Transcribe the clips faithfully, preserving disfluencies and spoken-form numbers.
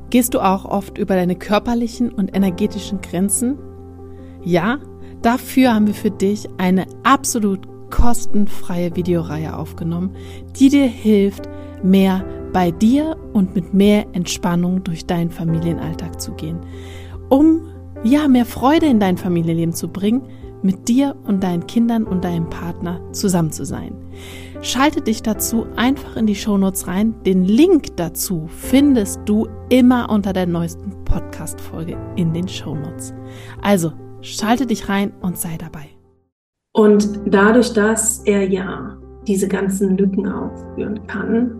Gehst du auch oft über deine körperlichen und energetischen Grenzen? Ja, dafür haben wir für dich eine absolut kostenfreie Videoreihe aufgenommen, die dir hilft, mehr bei dir und mit mehr Entspannung durch deinen Familienalltag zu gehen, um ja mehr Freude in dein Familienleben zu bringen, mit dir und deinen Kindern und deinem Partner zusammen zu sein. Schalte dich dazu einfach in die Shownotes rein. Den Link dazu findest du immer unter der neuesten Podcast-Folge in den Shownotes. Also schalte dich rein und sei dabei. Und dadurch, dass er ja diese ganzen Lücken aufführen kann,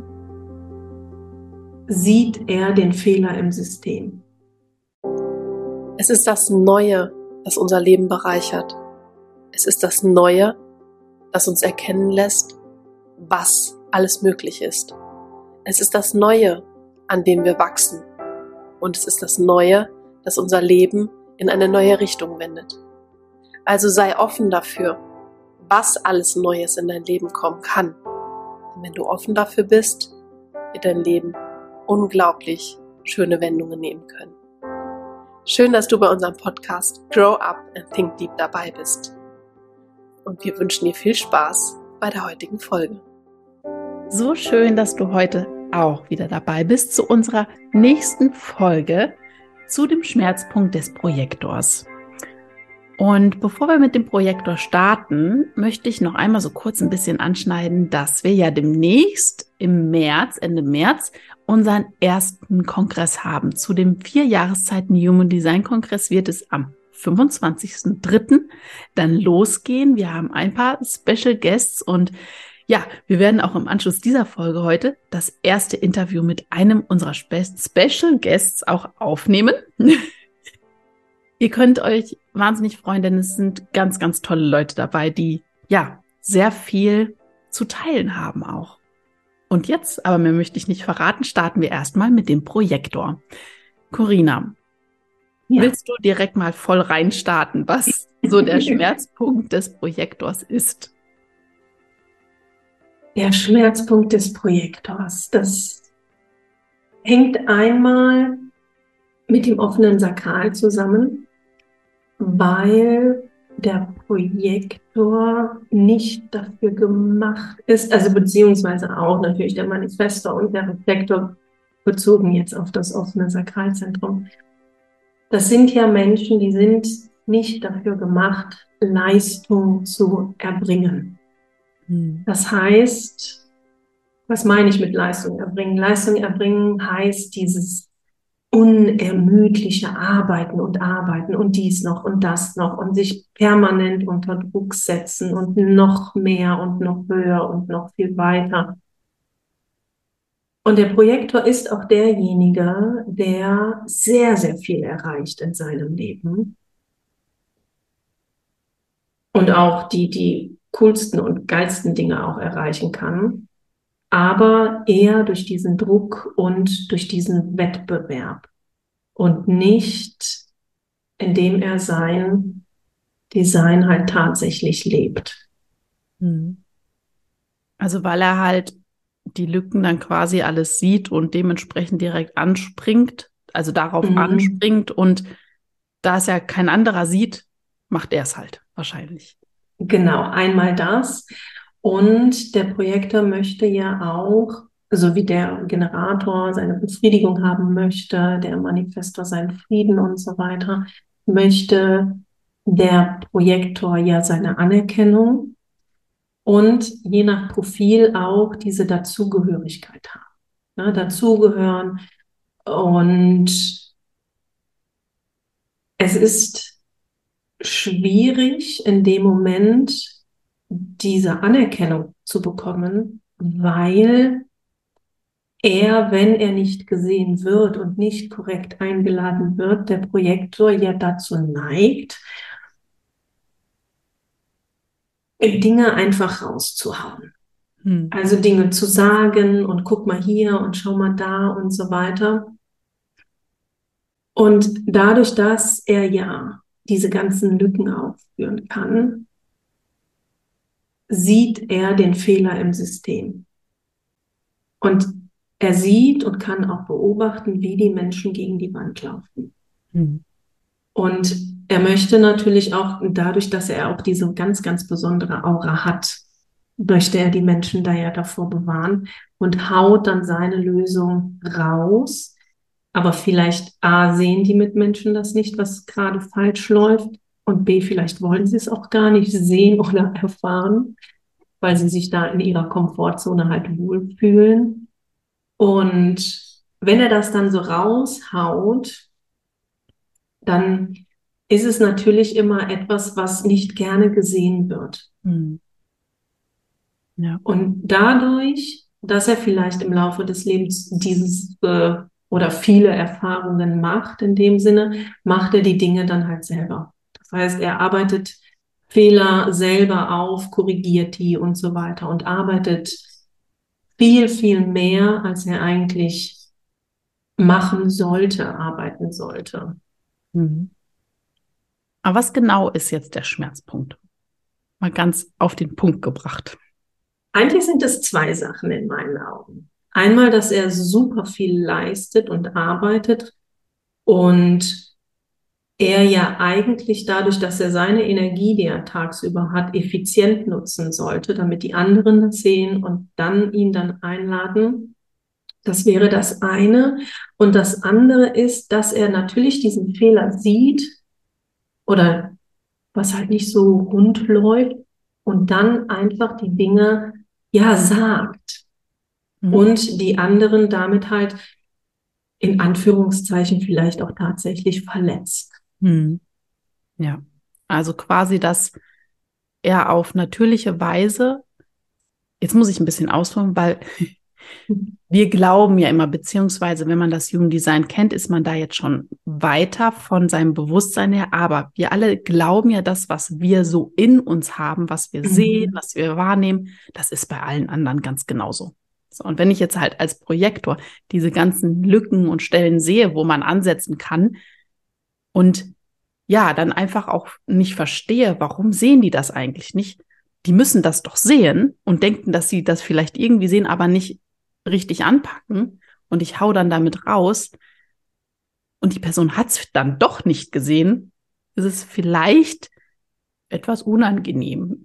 sieht er den Fehler im System. Es ist das Neue, das unser Leben bereichert. Es ist das Neue, das uns erkennen lässt, was alles möglich ist. Es ist das Neue, an dem wir wachsen. Und es ist das Neue, das unser Leben in eine neue Richtung wendet. Also sei offen dafür, was alles Neues in dein Leben kommen kann. Und wenn du offen dafür bist, wird dein Leben unglaublich schöne Wendungen nehmen können. Schön, dass du bei unserem Podcast Grow Up and Think Deep dabei bist. Und wir wünschen dir viel Spaß bei der heutigen Folge. So schön, dass du heute auch wieder dabei bist zu unserer nächsten Folge zu dem Schmerzpunkt des Projektors. Und bevor wir mit dem Projektor starten, möchte ich noch einmal so kurz ein bisschen anschneiden, dass wir ja demnächst im März, Ende März, unseren ersten Kongress haben. Zu dem vier Jahreszeiten Human Design Kongress wird es am fünfundzwanzigsten dritten dann losgehen. Wir haben ein paar Special Guests und ja, wir werden auch im Anschluss dieser Folge heute das erste Interview mit einem unserer Spe- Special Guests auch aufnehmen. Ihr könnt euch wahnsinnig freuen, denn es sind ganz, ganz tolle Leute dabei, die ja sehr viel zu teilen haben auch. Und jetzt, aber mehr möchte ich nicht verraten, starten wir erstmal mit dem Projektor. Corinna, ja. Willst du direkt mal voll reinstarten, was so der Schmerzpunkt des Projektors ist? Der Schmerzpunkt des Projektors, das hängt einmal mit dem offenen Sakral zusammen, weil der Projektor nicht dafür gemacht ist, also beziehungsweise auch natürlich der Manifestor und der Reflektor bezogen jetzt auf das offene Sakralzentrum. Das sind ja Menschen, die sind nicht dafür gemacht, Leistung zu erbringen. Hm. Das heißt, was meine ich mit Leistung erbringen? Leistung erbringen heißt dieses unermüdliche Arbeiten und Arbeiten und dies noch und das noch und sich permanent unter Druck setzen und noch mehr und noch höher und noch viel weiter. Und der Projektor ist auch derjenige, der sehr, sehr viel erreicht in seinem Leben und auch die, die coolsten und geilsten Dinge auch erreichen kann, aber eher durch diesen Druck und durch diesen Wettbewerb und nicht, indem er sein Design halt tatsächlich lebt. Also weil er halt die Lücken dann quasi alles sieht und dementsprechend direkt anspringt, also darauf mhm. anspringt und da es ja kein anderer sieht, macht er es halt wahrscheinlich. Genau, einmal das. Und der Projektor möchte ja auch, so wie der Generator seine Befriedigung haben möchte, der Manifestor seinen Frieden und so weiter, möchte der Projektor ja seine Anerkennung und je nach Profil auch diese Dazugehörigkeit haben. Ne, dazugehören und es ist schwierig in dem Moment diese Anerkennung zu bekommen, weil er, wenn er nicht gesehen wird und nicht korrekt eingeladen wird, der Projektor ja dazu neigt, Dinge einfach rauszuhauen. Hm. Also Dinge zu sagen und guck mal hier und schau mal da und so weiter. Und dadurch, dass er ja diese ganzen Lücken aufführen kann, sieht er den Fehler im System. Und er sieht und kann auch beobachten, wie die Menschen gegen die Wand laufen. Mhm. Und er möchte natürlich auch, dadurch, dass er auch diese ganz, ganz besondere Aura hat, möchte er die Menschen da ja davor bewahren und haut dann seine Lösung raus. Aber vielleicht A, sehen die Mitmenschen das nicht, was gerade falsch läuft, und B, vielleicht wollen sie es auch gar nicht sehen oder erfahren, weil sie sich da in ihrer Komfortzone halt wohlfühlen. Und wenn er das dann so raushaut, dann ist es natürlich immer etwas, was nicht gerne gesehen wird. Mhm. Ja. Und dadurch, dass er vielleicht im Laufe des Lebens dieses äh, oder viele Erfahrungen macht, in dem Sinne, macht er die Dinge dann halt selber. Das heißt, er arbeitet Fehler selber auf, korrigiert die und so weiter und arbeitet viel, viel mehr, als er eigentlich machen sollte, arbeiten sollte. Mhm. Aber was genau ist jetzt der Schmerzpunkt? Mal ganz auf den Punkt gebracht. Eigentlich sind es zwei Sachen in meinen Augen. Einmal, dass er super viel leistet und arbeitet und er ja eigentlich dadurch, dass er seine Energie, die er tagsüber hat, effizient nutzen sollte, damit die anderen das sehen und dann ihn dann einladen. Das wäre das eine. Und das andere ist, dass er natürlich diesen Fehler sieht oder was halt nicht so rund läuft und dann einfach die Dinge ja sagt Mhm. und die anderen damit halt in Anführungszeichen vielleicht auch tatsächlich verletzt. Mhm. Ja, also quasi, dass er auf natürliche Weise, jetzt muss ich ein bisschen ausholen, weil wir glauben ja immer, beziehungsweise wenn man das Human Design kennt, ist man da jetzt schon weiter von seinem Bewusstsein her. Aber wir alle glauben ja, das, was wir so in uns haben, was wir sehen, Mhm. was wir wahrnehmen, das ist bei allen anderen ganz genauso. So, und wenn ich jetzt halt als Projektor diese ganzen Lücken und Stellen sehe, wo man ansetzen kann und ja, dann einfach auch nicht verstehe, warum sehen die das eigentlich nicht? Die müssen das doch sehen und denken, dass sie das vielleicht irgendwie sehen, aber nicht richtig anpacken. Und ich hau dann damit raus und die Person hat es dann doch nicht gesehen, ist es vielleicht etwas unangenehm.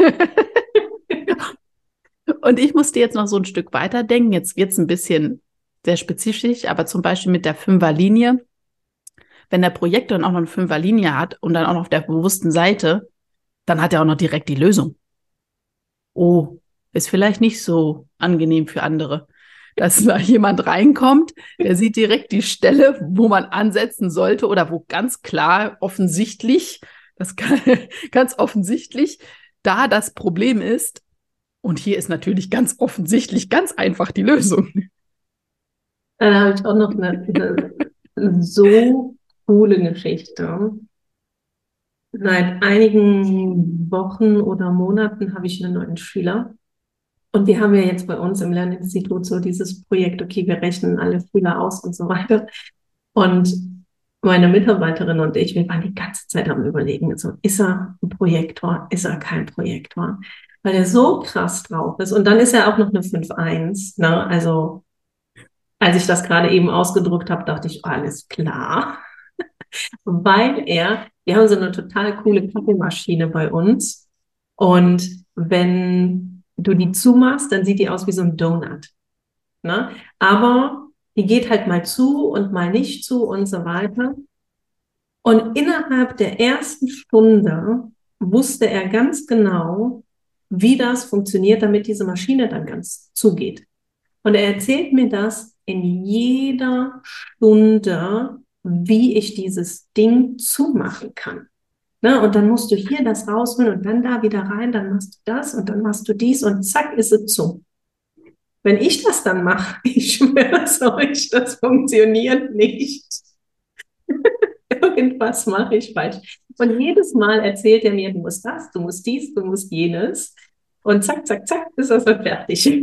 Und ich musste jetzt noch so ein Stück weiter denken. Jetzt wird es ein bisschen sehr spezifisch, aber zum Beispiel mit der Fünferlinie. Wenn der Projektor dann auch noch eine Fünferlinie hat und dann auch noch auf der bewussten Seite, dann hat er auch noch direkt die Lösung. Oh, ist vielleicht nicht so angenehm für andere, dass da jemand reinkommt, der sieht direkt die Stelle, wo man ansetzen sollte oder wo ganz klar offensichtlich, das kann, ganz offensichtlich da das Problem ist. Und hier ist natürlich ganz offensichtlich ganz einfach die Lösung. Dann habe ich auch noch eine, eine so coole Geschichte. Seit einigen Wochen oder Monaten habe ich einen neuen Schüler. Und wir haben ja jetzt bei uns im Lerninstitut so dieses Projekt, okay, wir rechnen alle Schüler aus und so weiter. Und meine Mitarbeiterin und ich, wir waren die ganze Zeit am Überlegen, so, ist er ein Projektor, ist er kein Projektor? Weil er so krass drauf ist. Und dann ist er auch noch eine fünf eins, ne? Also, als ich das gerade eben ausgedruckt habe, dachte ich, oh, alles klar. Weil er, wir haben so eine total coole Kaffeemaschine bei uns. Und wenn du die zumachst, dann sieht die aus wie so ein Donut. Ne? Aber die geht halt mal zu und mal nicht zu und so weiter. Und innerhalb der ersten Stunde wusste er ganz genau, wie das funktioniert, damit diese Maschine dann ganz zugeht. Und er erzählt mir das in jeder Stunde, wie ich dieses Ding zumachen kann. Ne? Und dann musst du hier das rausholen und dann da wieder rein, dann machst du das und dann machst du dies und zack, ist es zu. Wenn ich das dann mache, ich schwöre es euch, das funktioniert nicht. Irgendwas mache ich falsch. Und jedes Mal erzählt er mir, du musst das, du musst dies, du musst jenes. Und zack, zack, zack, ist das dann fertig.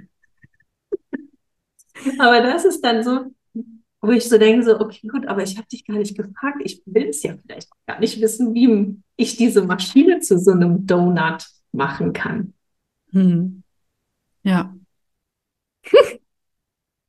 Aber das ist dann so, wo ich so denke, so, okay, gut, aber ich habe dich gar nicht gefragt. Ich will es ja vielleicht gar nicht wissen, wie ich diese Maschine zu so einem Donut machen kann. Hm. Ja.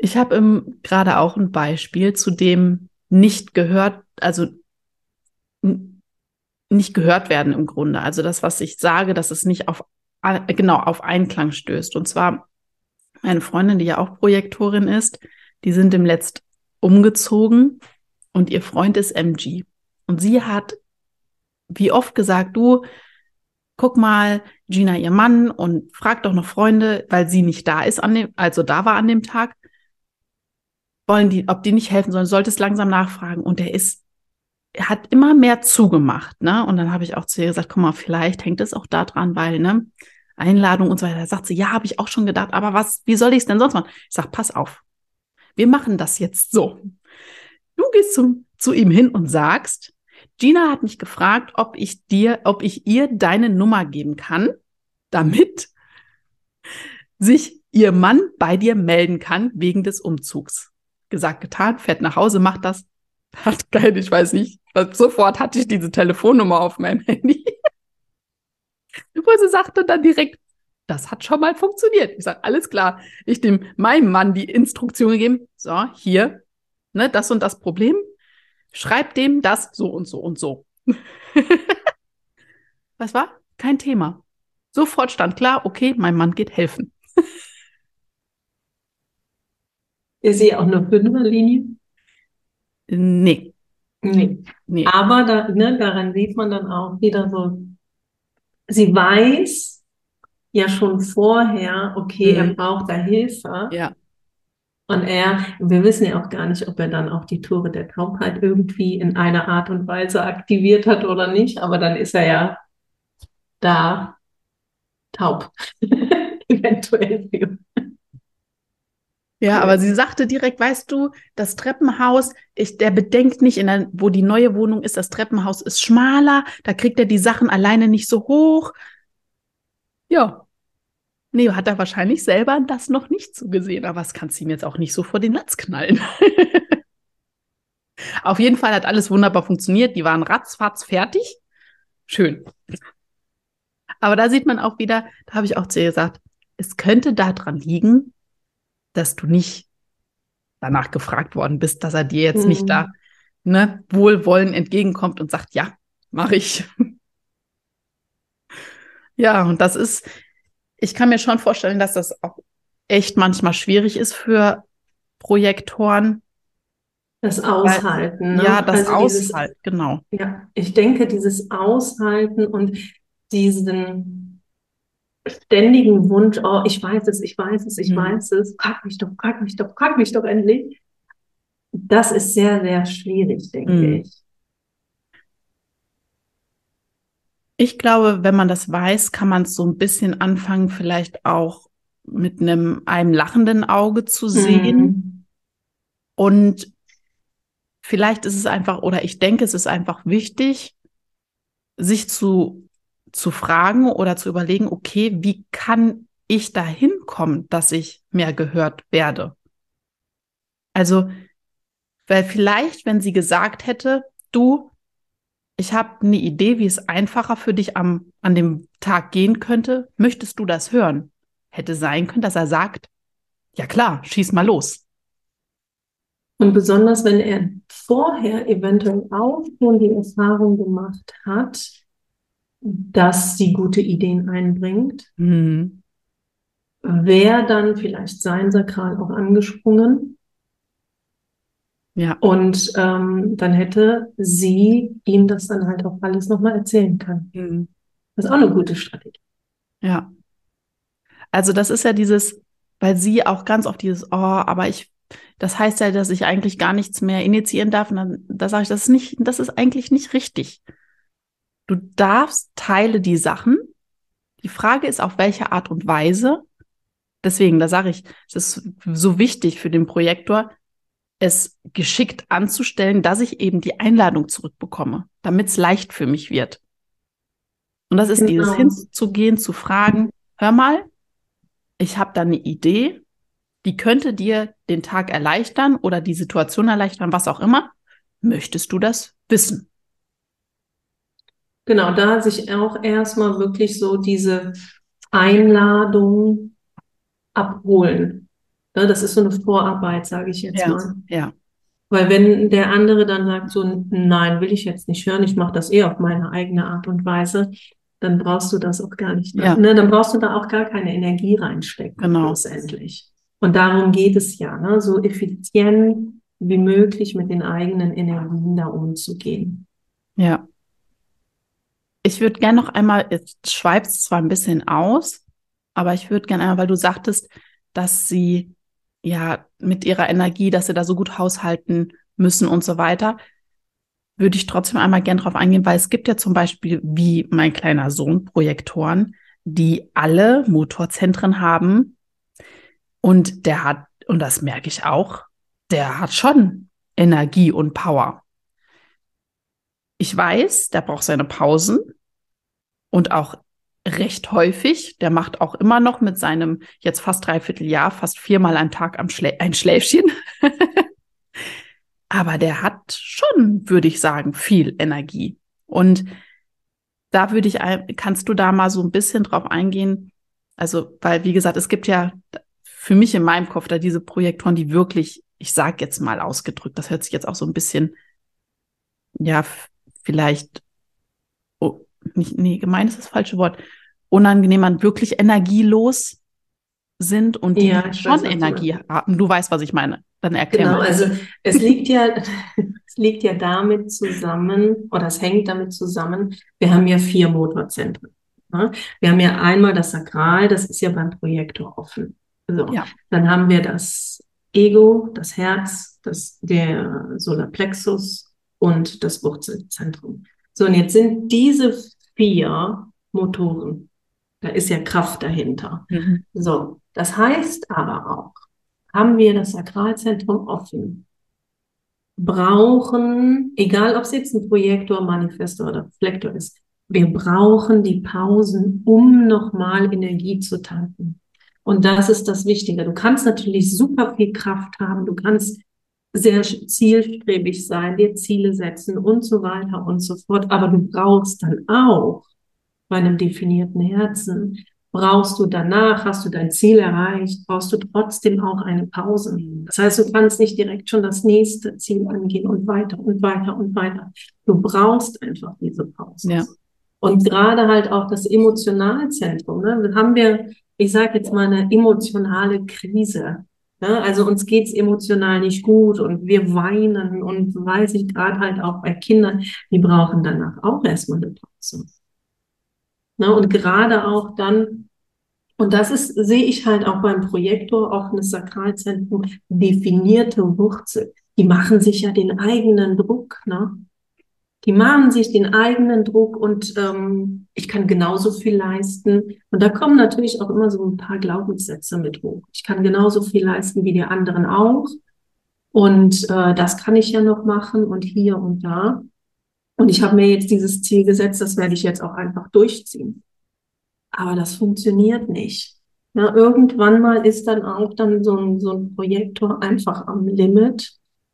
Ich habe ähm, gerade auch ein Beispiel, zu dem nicht gehört, also n- nicht gehört werden im Grunde. Also das, was ich sage, dass es nicht auf, a- genau, auf Einklang stößt. Und zwar meine Freundin, die ja auch Projektorin ist, die sind im Letzt umgezogen und ihr Freund ist M G. Und sie hat wie oft gesagt, du, guck mal, Gina, ihr Mann, und frag doch noch Freunde, weil sie nicht da ist an dem, also da war an dem Tag, wollen die, ob die nicht helfen sollen, solltest langsam nachfragen. Und er ist, er hat immer mehr zugemacht, ne? Und dann habe ich auch zu ihr gesagt, guck mal, vielleicht hängt es auch daran, weil, ne, Einladung und so weiter. Da sagt sie, ja, habe ich auch schon gedacht, aber was, wie soll ich es denn sonst machen? Ich sag, pass auf, wir machen das jetzt so. Du gehst zum, zu ihm hin und sagst, Gina hat mich gefragt, ob ich dir, ob ich ihr deine Nummer geben kann, damit sich ihr Mann bei dir melden kann wegen des Umzugs. Gesagt, getan, fährt nach Hause, macht das. Hat geil, ich weiß nicht. Sofort hatte ich diese Telefonnummer auf meinem Handy. Wo sie sagte dann direkt, das hat schon mal funktioniert. Ich sage, alles klar. Ich dem meinem Mann die Instruktion gegeben, so, hier, ne, das und das Problem. Schreib dem das so und so und so. Was war? Kein Thema. Sofort stand klar, okay, mein Mann geht helfen. Ist sie auch eine Fünferlinie? Nee, Nee. nee. Aber da, ne, daran sieht man dann auch wieder so, sie weiß ja schon vorher, okay, er Mhm. braucht da Hilfe. Ja. Und er, wir wissen ja auch gar nicht, ob er dann auch die Tore der Taubheit irgendwie in einer Art und Weise aktiviert hat oder nicht, aber dann ist er ja da taub. Eventuell. Ja, aber Cool. sie sagte direkt, weißt du, das Treppenhaus, ich, der bedenkt nicht, in der, wo die neue Wohnung ist, das Treppenhaus ist schmaler, da kriegt er die Sachen alleine nicht so hoch. Ja, nee, hat er wahrscheinlich selber das noch nicht zugesehen, aber das kannst du ihm jetzt auch nicht so vor den Latz knallen. Auf jeden Fall hat alles wunderbar funktioniert, die waren ratzfatz fertig. Schön. Aber da sieht man auch wieder, da habe ich auch zu ihr gesagt, es könnte daran liegen, dass du nicht danach gefragt worden bist, dass er dir jetzt nicht da, Hm. ne, wohlwollend entgegenkommt und sagt, ja, mache ich. Ja, und das ist, ich kann mir schon vorstellen, dass das auch echt manchmal schwierig ist für Projektoren, Das weil, Aushalten, ja, ne? das Also dieses, Aushalten, genau. ja, ich denke, dieses Aushalten und diesen ständigen Wunsch, oh, ich weiß es, ich weiß es, ich Hm. weiß es, frag mich doch, frag mich doch, frag mich doch endlich. Das ist sehr, sehr schwierig, denke Hm. ich. Ich glaube, wenn man das weiß, kann man es so ein bisschen anfangen, vielleicht auch mit einem, einem lachenden Auge zu sehen. Mhm. Und vielleicht ist es einfach, oder ich denke, es ist einfach wichtig, sich zu, zu fragen oder zu überlegen, okay, wie kann ich da hinkommen, dass ich mehr gehört werde? Also, weil vielleicht, wenn sie gesagt hätte, du, ich habe eine Idee, wie es einfacher für dich am, an dem Tag gehen könnte, möchtest du das hören? Hätte sein können, dass er sagt, ja klar, schieß mal los. Und besonders, wenn er vorher eventuell auch schon die Erfahrung gemacht hat, dass sie gute Ideen einbringt, Hm. wäre dann vielleicht sein Sakral auch angesprungen Ja, und ähm, dann hätte sie ihm das dann halt auch alles nochmal erzählen können. hm. Das ist auch eine gute Strategie. Ja. Also das ist ja dieses, weil sie auch ganz oft dieses, oh, aber ich, das heißt ja, dass ich eigentlich gar nichts mehr initiieren darf. Und dann, da sage ich, das ist nicht, das ist eigentlich nicht richtig. Du darfst teile die Sachen. Die Frage ist, auf welche Art und Weise. Deswegen, da sage ich, es ist so wichtig für den Projektor, es geschickt anzustellen, dass ich eben die Einladung zurückbekomme, damit es leicht für mich wird. Und das ist dieses Genau. hinzugehen, zu fragen, hör mal, ich habe da eine Idee, die könnte dir den Tag erleichtern oder die Situation erleichtern, was auch immer. Möchtest du das wissen? Genau, da sich auch erstmal wirklich so diese Einladung abholen. Ne, das ist so eine Vorarbeit, sage ich jetzt Ja, mal. ja, Weil wenn der andere dann sagt so, nein, will ich jetzt nicht hören, ich mache das eh auf meine eigene Art und Weise, dann brauchst du das auch gar nicht. ja, Ne, dann brauchst du da auch gar keine Energie reinstecken, genau. schlussendlich. Und darum geht es ja, ne, so effizient wie möglich mit den eigenen Energien da umzugehen. Ja. Ich würde gerne noch einmal, jetzt schweift es zwar ein bisschen aus, aber ich würde gerne einmal, weil du sagtest, dass sie ja mit ihrer Energie, dass sie da so gut haushalten müssen und so weiter, würde ich trotzdem einmal gerne drauf eingehen, weil es gibt ja zum Beispiel, wie mein kleiner Sohn, Projektoren, die alle Motorzentren haben und der hat, und das merke ich auch, der hat schon Energie und Power. Ich weiß, der braucht seine Pausen. Und auch recht häufig, der macht auch immer noch mit seinem jetzt fast dreiviertel Jahr, fast viermal am Tag am Schlä ein Schläfchen. Aber der hat schon, würde ich sagen, viel Energie. Und da würde ich, kannst du da mal so ein bisschen drauf eingehen? Also, weil, wie gesagt, es gibt ja für mich in meinem Kopf da diese Projektoren, die wirklich, ich sage jetzt mal ausgedrückt, das hört sich jetzt auch so ein bisschen, ja, vielleicht oh, nicht, nee, gemein ist das falsche Wort, unangenehm an, wirklich energielos sind und die Ja, ich schon weiß, was du Energie meinst. haben. Du weißt, was ich meine. Dann erklär Genau, mal. also es liegt ja, es liegt ja damit zusammen, oder es hängt damit zusammen, wir haben ja vier Motorzentren. Ne? Wir haben ja einmal das Sakral, das ist ja beim Projektor offen. So, Ja. dann haben wir das Ego, das Herz, das, der Solarplexus und das Wurzelzentrum. So, und jetzt sind diese vier Motoren, da ist ja Kraft dahinter. Mhm. So, das heißt aber auch, haben wir das Sakralzentrum offen, brauchen, egal ob es jetzt ein Projektor, Manifestor oder Reflektor ist, wir brauchen die Pausen, um nochmal Energie zu tanken. Und das ist das Wichtige. Du kannst natürlich super viel Kraft haben, du kannst sehr zielstrebig sein, dir Ziele setzen und so weiter und so fort, aber du brauchst dann auch bei einem definierten Herzen, brauchst du danach, hast du dein Ziel erreicht, brauchst du trotzdem auch eine Pause. Das heißt, du kannst nicht direkt schon das nächste Ziel angehen und weiter und weiter und weiter. Du brauchst einfach diese Pause. Ja. Und gerade halt auch das Emotionalzentrum, ne? Dann haben wir, ich sage jetzt mal, eine emotionale Krise. Ne? Also uns geht's emotional nicht gut und wir weinen und weiß ich gerade halt auch bei Kindern, die brauchen danach auch erstmal eine Pause. Ne, und gerade auch dann, und das ist, sehe ich halt auch beim Projektor, offenes Sakralzentrum, definierte Wurzel. Die machen sich ja den eigenen Druck, ne? Die machen sich den eigenen Druck und ähm, ich kann genauso viel leisten. Und da kommen natürlich auch immer so ein paar Glaubenssätze mit hoch. Ich kann genauso viel leisten wie die anderen auch. Und äh, das kann ich ja noch machen und hier und da. Und ich habe mir jetzt dieses Ziel gesetzt, das werde ich jetzt auch einfach durchziehen. Aber das funktioniert nicht. Ja, irgendwann mal ist dann auch dann so ein, so ein Projektor einfach am Limit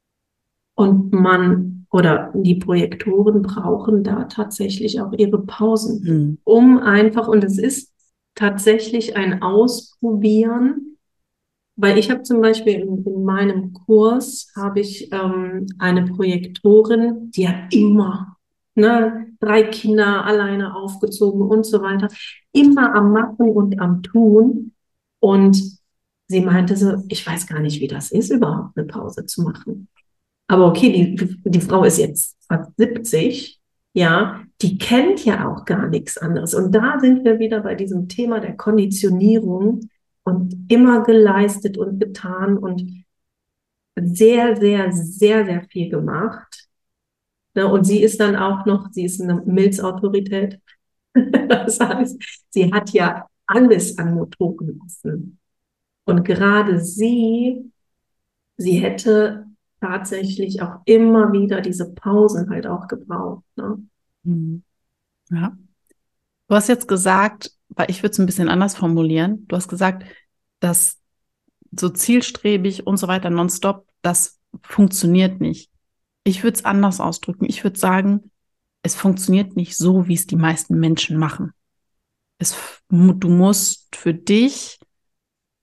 und man oder die Projektoren brauchen da tatsächlich auch ihre Pausen, Mhm. um einfach, und es ist tatsächlich ein Ausprobieren, weil ich habe zum Beispiel in, in meinem Kurs habe ich ähm, eine Projektorin, die hat immer ne, drei Kinder alleine aufgezogen und so weiter, immer am Machen und am Tun. Und sie meinte so, ich weiß gar nicht, wie das ist, überhaupt eine Pause zu machen. Aber okay, die, die Frau ist jetzt fast siebzig, ja, die kennt ja auch gar nichts anderes. Und da sind wir wieder bei diesem Thema der Konditionierung und immer geleistet und getan und sehr, sehr, sehr, sehr viel gemacht. Ne, und sie ist dann auch noch, sie ist eine Milzautorität. Das heißt, sie hat ja alles an Motoren offen. Und gerade sie, sie hätte tatsächlich auch immer wieder diese Pausen halt auch gebraucht. Ne? Mhm. Ja. Du hast jetzt gesagt, weil ich würde es ein bisschen anders formulieren. Du hast gesagt, dass so zielstrebig und so weiter nonstop, das funktioniert nicht. Ich würde es anders ausdrücken. Ich würde sagen, es funktioniert nicht so, wie es die meisten Menschen machen. Es, du musst für dich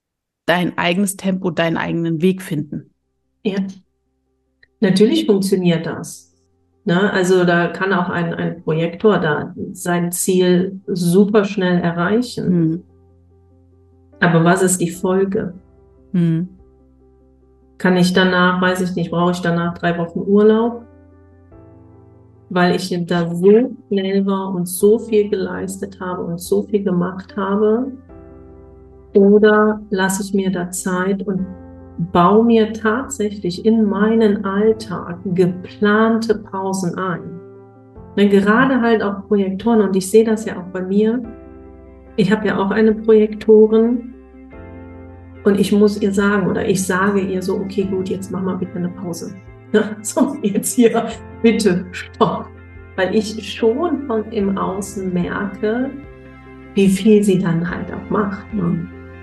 dein eigenes Tempo, deinen eigenen Weg finden. Ja, natürlich funktioniert das. Ne? Also da kann auch ein, ein Projektor da sein Ziel super schnell erreichen. Hm. Aber was ist die Folge? Hm. Kann ich danach, weiß ich nicht, brauche ich danach drei Wochen Urlaub? Weil ich da so schnell war und so viel geleistet habe und so viel gemacht habe? Oder lasse ich mir da Zeit und baue mir tatsächlich in meinen Alltag geplante Pausen ein? Ne, gerade halt auch Projektoren, und ich sehe das ja auch bei mir. Ich habe ja auch eine Projektorin und ich muss ihr sagen, oder ich sage ihr so, okay, gut, jetzt mach mal bitte eine Pause. Ja, so, jetzt hier, bitte, stopp. Weil ich schon von im Außen merke, wie viel sie dann halt auch macht. Ne?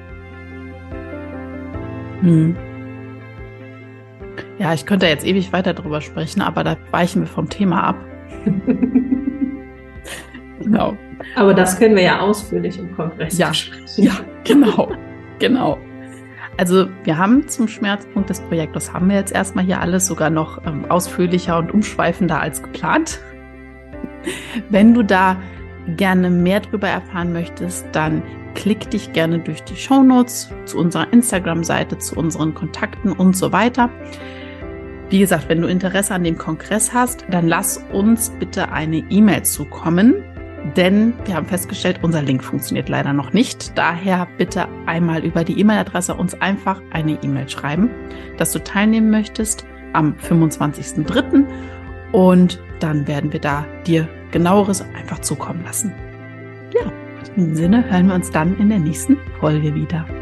Hm. Ja, ich könnte jetzt ewig weiter drüber sprechen, aber da weichen wir vom Thema ab. Genau. Aber das können wir ja ausführlich im Kongress ja, besprechen. Ja, genau, genau. Also wir haben zum Schmerzpunkt des Projektors, haben wir jetzt erstmal hier alles sogar noch ähm, ausführlicher und umschweifender als geplant. Wenn du da gerne mehr drüber erfahren möchtest, dann klick dich gerne durch die Shownotes zu unserer Instagram-Seite, zu unseren Kontakten und so weiter. Wie gesagt, wenn du Interesse an dem Kongress hast, dann lass uns bitte eine E-Mail zukommen, denn wir haben festgestellt, unser Link funktioniert leider noch nicht. Daher bitte einmal über die E-Mail-Adresse uns einfach eine E-Mail schreiben, dass du teilnehmen möchtest am fünfundzwanzigsten dritten und dann werden wir da dir Genaueres einfach zukommen lassen. Ja, in diesem Sinne hören wir uns dann in der nächsten Folge wieder.